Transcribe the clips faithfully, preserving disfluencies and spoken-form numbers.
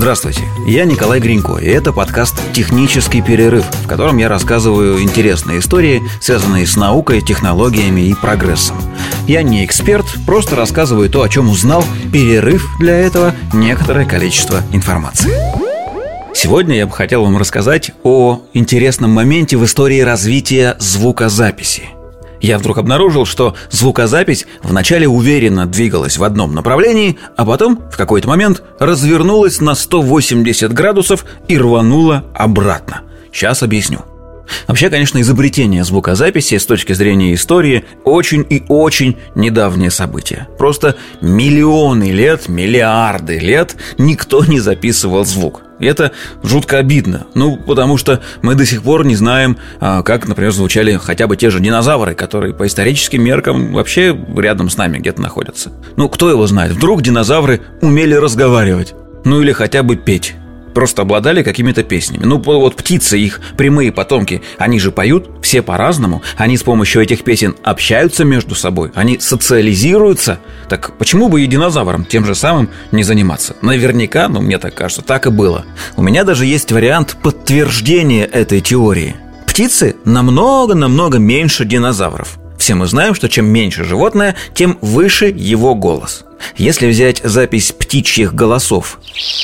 Здравствуйте, я Николай Гринько, и это подкаст «Технический перерыв», в котором я рассказываю интересные истории, связанные с наукой, технологиями и прогрессом. Я не эксперт, просто рассказываю то, о чем узнал, перерыв для этого некоторое количество информации. Сегодня я бы хотел вам рассказать о интересном моменте в истории развития звукозаписи. Я вдруг обнаружил, что звукозапись вначале уверенно двигалась в одном направлении, а потом в какой-то момент развернулась на сто восемьдесят градусов и рванула обратно. Сейчас объясню. Вообще, конечно, изобретение звукозаписи с точки зрения истории очень и очень недавнее событие. Просто миллионы лет, миллиарды лет никто не записывал звук. И это жутко обидно. Ну, потому что мы до сих пор не знаем, как, например, звучали хотя бы те же динозавры, которые по историческим меркам вообще рядом с нами где-то находятся. Ну, кто его знает, вдруг динозавры умели разговаривать. Ну, или хотя бы петь. Просто обладали какими-то песнями. Ну, вот птицы, их прямые потомки, они же поют, все по-разному. Они с помощью этих песен общаются между собой, они социализируются. Так почему бы и динозаврам тем же самым не заниматься? Наверняка, ну, мне так кажется, так и было. У меня даже есть вариант подтверждения этой теории. Птицы намного-намного меньше динозавров. Все мы знаем, что чем меньше животное, тем выше его голос. Если взять запись птичьих голосов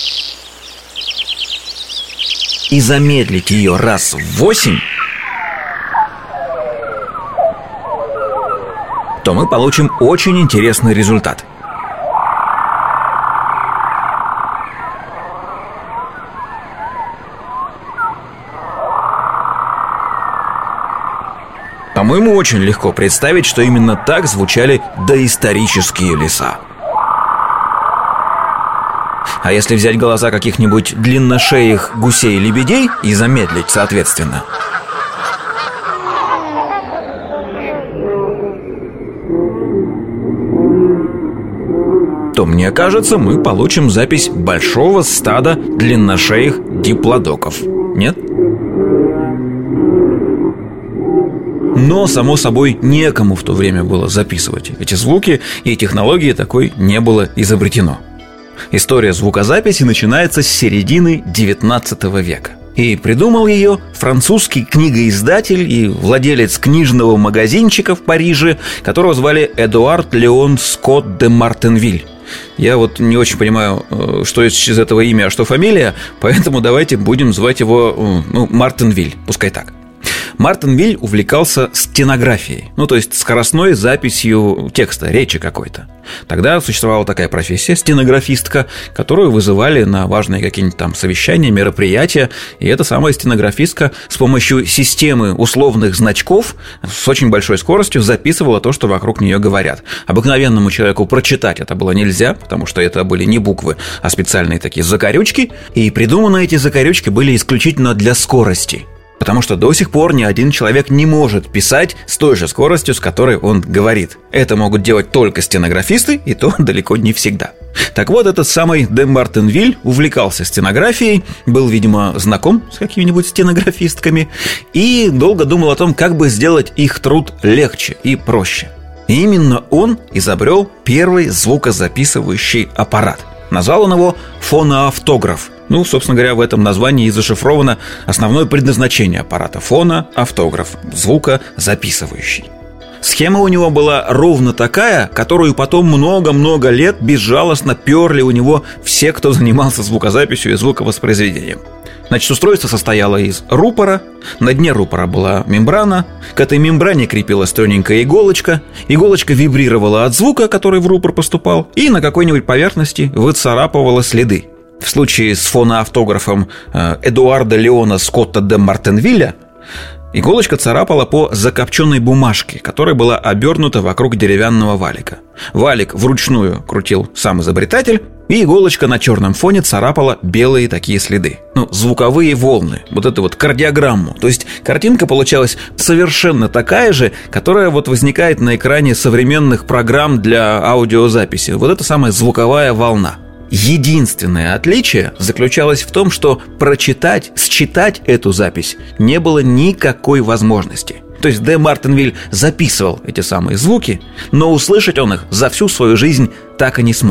и замедлить ее раз в восемь, то мы получим очень интересный результат. По-моему, очень легко представить, что именно так звучали доисторические леса. А если взять голоса каких-нибудь длинношеих гусей-лебедей и замедлить, соответственно, то, мне кажется, мы получим запись большого стада длинношеих диплодоков. Нет? Но, само собой, некому в то время было записывать эти звуки, и технологии такой не было изобретено. История звукозаписи начинается с середины девятнадцатого века. И придумал ее французский книгоиздатель и владелец книжного магазинчика в Париже, которого звали Эдуард Леон Скотт де Мартенвиль. Я вот не очень понимаю, что из этого имя, а что фамилия, поэтому давайте будем звать его, ну, Мартенвиль, пускай так. Мартенвиль увлекался стенографией, ну, то есть скоростной записью текста, речи какой-то. Тогда существовала такая профессия, стенографистка, которую вызывали на важные какие-нибудь там совещания, мероприятия. И эта самая стенографистка с помощью системы условных значков с очень большой скоростью записывала то, что вокруг нее говорят. Обыкновенному человеку прочитать это было нельзя, потому что это были не буквы, а специальные такие закорючки. И придуманы эти закорючки были исключительно для скорости. Потому что до сих пор ни один человек не может писать с той же скоростью, с которой он говорит. Это могут делать только стенографисты, и то далеко не всегда. Так вот, этот самый де Мартенвиль увлекался стенографией, был, видимо, знаком с какими-нибудь стенографистками и долго думал о том, как бы сделать их труд легче и проще. И именно он изобрел первый звукозаписывающий аппарат. Назвал он его фоноавтограф. Ну, собственно говоря, в этом названии и зашифровано основное предназначение аппарата. Фоноавтограф, звукозаписывающий. Схема у него была ровно такая, которую потом много-много лет безжалостно перли у него все, кто занимался звукозаписью и звуковоспроизведением. Значит, устройство состояло из рупора, на дне рупора была мембрана, к этой мембране крепилась тоненькая иголочка, иголочка вибрировала от звука, который в рупор поступал, и на какой-нибудь поверхности выцарапывала следы. В случае с фоноавтографом Эдуарда Леона Скотта де Мартенвиля иголочка царапала по закопченной бумажке, которая была обернута вокруг деревянного валика. Валик вручную крутил сам изобретатель, и иголочка на черном фоне царапала белые такие следы. Ну, звуковые волны, вот эту вот кардиограмму. То есть картинка получалась совершенно такая же, которая вот возникает на экране современных программ для аудиозаписи. Вот это самая звуковая волна. Единственное отличие заключалось в том, что прочитать, считать эту запись не было никакой возможности. То есть де Мартенвиль записывал эти самые звуки, но услышать он их за всю свою жизнь так и не смог.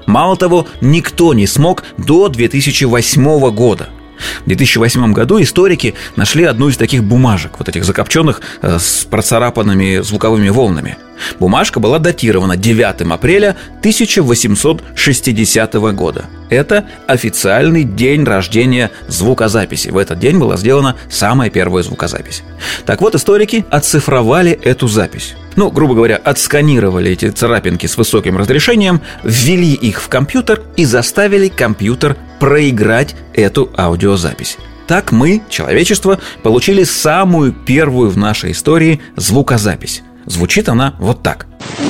Мало того, никто не смог до две тысячи восьмого года. В две тысячи восьмом году историки нашли одну из таких бумажек, вот этих закопченных с процарапанными звуковыми волнами. Бумажка была датирована девятого апреля тысяча восемьсот шестидесятого года. Это официальный день рождения звукозаписи. В этот день была сделана самая первая звукозапись. Так вот, историки оцифровали эту запись. Ну, грубо говоря, отсканировали эти царапинки с высоким разрешением, ввели их в компьютер и заставили компьютер проиграть эту аудиозапись. Так мы, человечество, получили самую первую в нашей истории звукозапись. Звучит она вот так.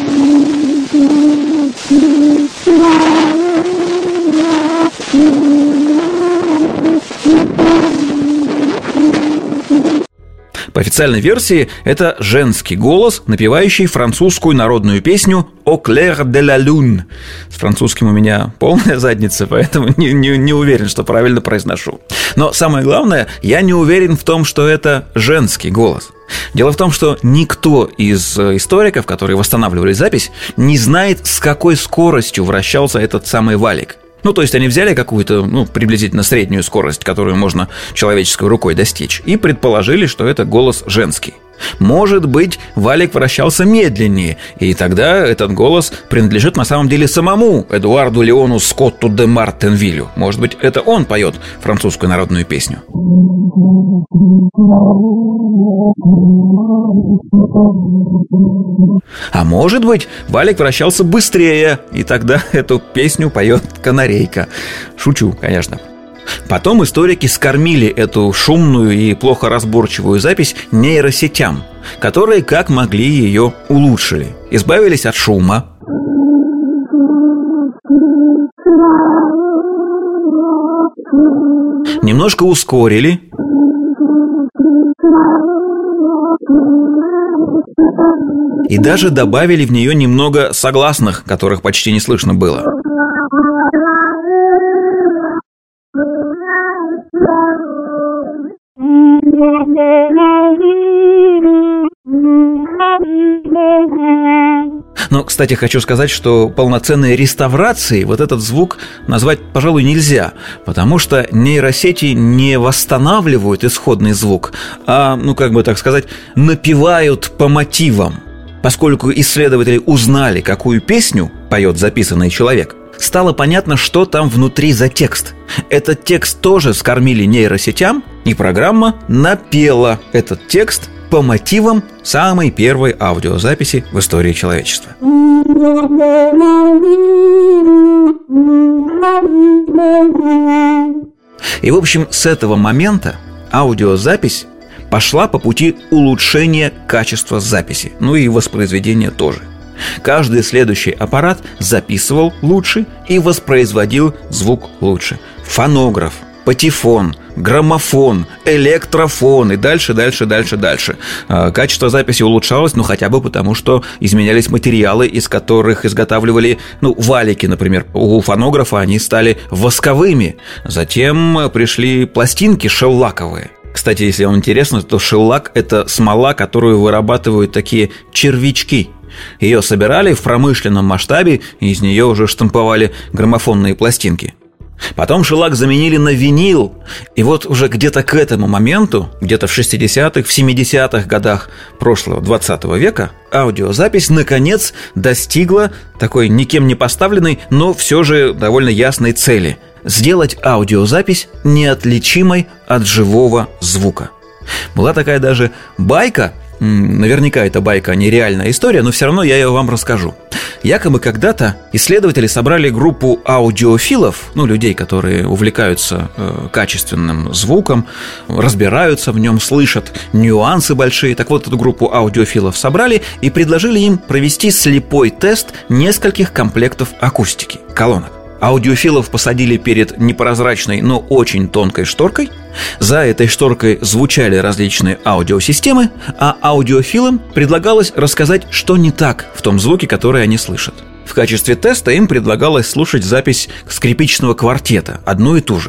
По официальной версии, это женский голос, напевающий французскую народную песню «Au clair de la lune». С французским у меня полная задница, поэтому не, не, не уверен, что правильно произношу. Но самое главное, я не уверен в том, что это женский голос. Дело в том, что никто из историков, которые восстанавливали запись, не знает, с какой скоростью вращался этот самый валик. Ну, то есть они взяли какую-то, ну, приблизительно среднюю скорость, которую можно человеческой рукой достичь, и предположили, что это голос женский. Может быть, валик вращался медленнее, и тогда этот голос принадлежит на самом деле самому Эдуарду Леону Скотту де Мартенвилю. Может быть, это он поет французскую народную песню. А может быть, валик вращался быстрее, и тогда эту песню поет канарейка. Шучу, конечно. Потом историки скормили эту шумную и плохо разборчивую запись нейросетям, которые как могли ее улучшили. Избавились от шума, немножко ускорили, и даже добавили в нее немного согласных, которых почти не слышно было. Но, кстати, хочу сказать, что полноценной реставрацией вот этот звук назвать, пожалуй, нельзя, потому что нейросети не восстанавливают исходный звук, а, ну, как бы так сказать, напевают по мотивам. Поскольку исследователи узнали, какую песню поет записанный человек, стало понятно, что там внутри за текст. Этот текст тоже скормили нейросетям, и программа напела этот текст по мотивам самой первой аудиозаписи в истории человечества. И, в общем, с этого момента аудиозапись пошла по пути улучшения качества записи, ну и воспроизведения тоже. Каждый следующий аппарат записывал лучше и воспроизводил звук лучше. Фонограф, патефон, граммофон, электрофон и дальше, дальше, дальше, дальше. Качество записи улучшалось, ну хотя бы потому, что изменялись материалы, из которых изготавливали, ну, валики, например. У фонографа они стали восковыми. Затем пришли пластинки шеллаковые. Кстати, если вам интересно, то шеллак – это смола, которую вырабатывают такие червячки. Ее собирали в промышленном масштабе, и из нее уже штамповали граммофонные пластинки. Потом шеллак заменили на винил. И вот уже где-то к этому моменту, где-то в шестидесятых, в семидесятых годах прошлого двадцатого века, аудиозапись наконец достигла такой никем не поставленной, но все же довольно ясной цели – сделать аудиозапись неотличимой от живого звука. Была такая даже байка, наверняка эта байка не реальная история, но все равно я ее вам расскажу. Якобы когда-то исследователи собрали группу аудиофилов, ну, людей, которые увлекаются э, качественным звуком, разбираются в нем, слышат нюансы большие. Так вот, эту группу аудиофилов собрали и предложили им провести слепой тест нескольких комплектов акустики, колонок. Аудиофилов посадили перед непрозрачной, но очень тонкой шторкой. За этой шторкой звучали различные аудиосистемы, а аудиофилам предлагалось рассказать, что не так в том звуке, который они слышат. В качестве теста им предлагалось слушать запись скрипичного квартета, одну и ту же.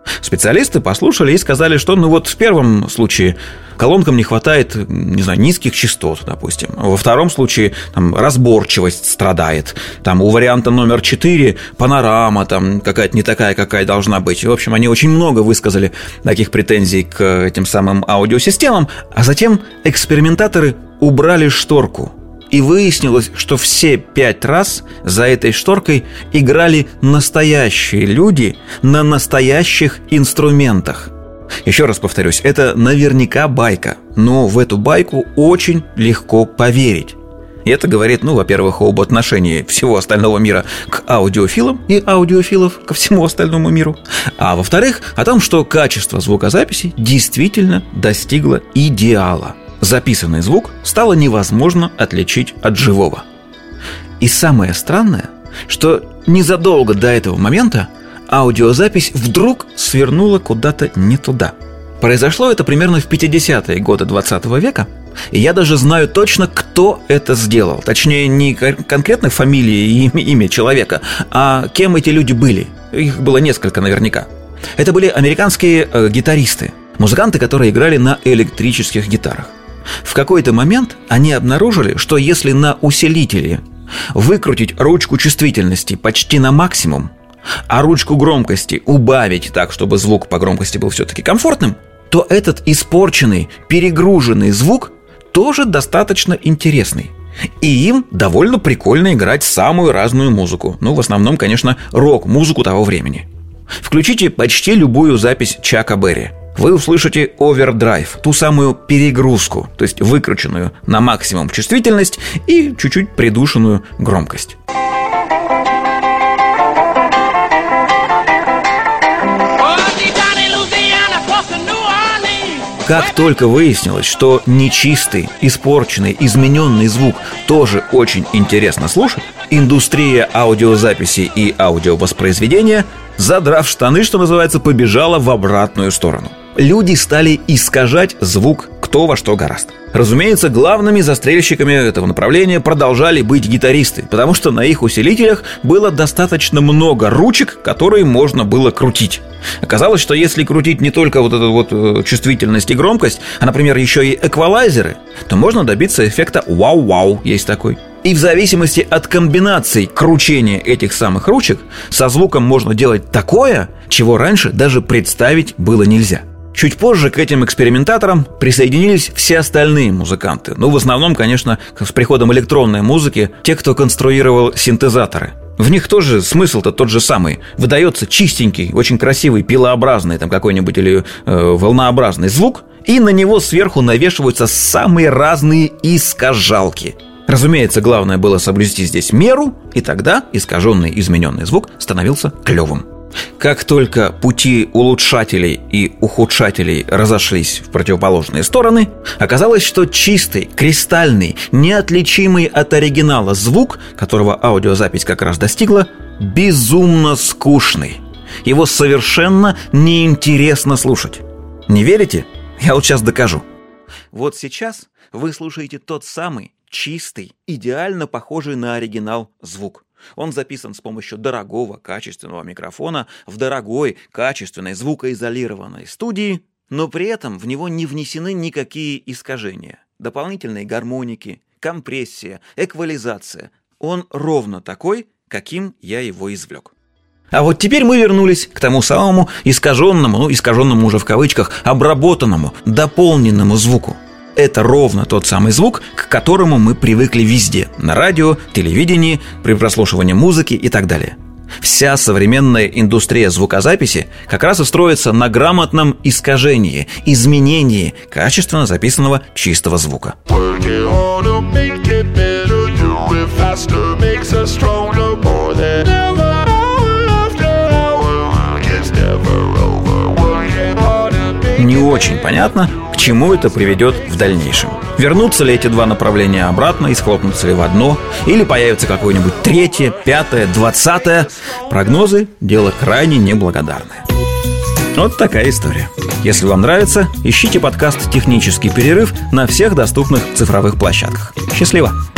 Специалисты послушали и сказали, что ну вот в первом случае колонкам не хватает, не знаю, низких частот, допустим. Во втором случае там разборчивость страдает. Там у варианта номер четыре панорама там какая-то не такая, какая должна быть. В общем, они очень много высказали таких претензий к этим самым аудиосистемам. А затем экспериментаторы убрали шторку. И выяснилось, что все пять раз за этой шторкой играли настоящие люди на настоящих инструментах. Еще раз повторюсь, это наверняка байка, но в эту байку очень легко поверить. И это говорит, ну, во-первых, об отношении всего остального мира к аудиофилам и аудиофилов ко всему остальному миру. А во-вторых, о том, что качество звукозаписи действительно достигло идеала. Записанный звук стало невозможно отличить от живого. И самое странное, что незадолго до этого момента аудиозапись вдруг свернула куда-то не туда. Произошло это примерно в пятидесятые годы двадцатого века, и я даже знаю точно, кто это сделал. Точнее, не конкретно фамилия и имя, имя человека, а кем эти люди были. Их было несколько наверняка. Это были американские э, гитаристы, музыканты, которые играли на электрических гитарах. В какой-то момент они обнаружили, что если на усилителе выкрутить ручку чувствительности почти на максимум, а ручку громкости убавить так, чтобы звук по громкости был все-таки комфортным, то этот испорченный, перегруженный звук тоже достаточно интересный. И им довольно прикольно играть самую разную музыку. Ну, в основном, конечно, рок-музыку того времени. Включите почти любую запись Чака Берри. Вы услышите овердрайв, ту самую перегрузку, то есть выкрученную на максимум чувствительность и чуть-чуть придушенную громкость. Как только выяснилось, что нечистый, испорченный, измененный звук тоже очень интересно слушать, индустрия аудиозаписи и аудиовоспроизведения, задрав штаны, что называется, побежала в обратную сторону. Люди стали искажать звук кто во что гораст. Разумеется, главными застрельщиками этого направления продолжали быть гитаристы, потому что на их усилителях было достаточно много ручек, которые можно было крутить. Оказалось, что если крутить не только вот эту вот чувствительность и громкость, а, например, еще и эквалайзеры, то можно добиться эффекта «вау-вау», есть такой. И в зависимости от комбинаций кручения этих самых ручек со звуком можно делать такое, чего раньше даже представить было нельзя. Чуть позже к этим экспериментаторам присоединились все остальные музыканты. Ну, в основном, конечно, с приходом электронной музыки, те, кто конструировал синтезаторы. В них тоже смысл-то тот же самый. Выдается чистенький, очень красивый, пилообразный там какой-нибудь или э, волнообразный звук, и на него сверху навешиваются самые разные искажалки. Разумеется, главное было соблюсти здесь меру, и тогда искаженный, измененный звук становился клевым. Как только пути улучшателей и ухудшателей разошлись в противоположные стороны, оказалось, что чистый, кристальный, неотличимый от оригинала звук, которого аудиозапись как раз достигла, безумно скучный. Его совершенно неинтересно слушать. Не верите? Я вот сейчас докажу. Вот сейчас вы слушаете тот самый чистый, идеально похожий на оригинал звук. Он записан с помощью дорогого, качественного микрофона в дорогой, качественной, звукоизолированной студии, но при этом в него не внесены никакие искажения. Дополнительные гармоники, компрессия, эквализация. Он ровно такой, каким я его извлек. А вот теперь мы вернулись к тому самому искаженному, ну, искаженному уже в кавычках, обработанному, дополненному звуку. Это ровно тот самый звук, к которому мы привыкли везде – на радио, телевидении, при прослушивании музыки и так далее. Вся современная индустрия звукозаписи как раз и строится на грамотном искажении, изменении качественно записанного чистого звука. Не очень понятно, к чему это приведет в дальнейшем. Вернутся ли эти два направления обратно и схлопнутся ли в одно, или появится какое-нибудь третье, пятое, двадцатое. Прогнозы – дело крайне неблагодарное. Вот такая история. Если вам нравится, ищите подкаст «Технический перерыв» на всех доступных цифровых площадках. Счастливо!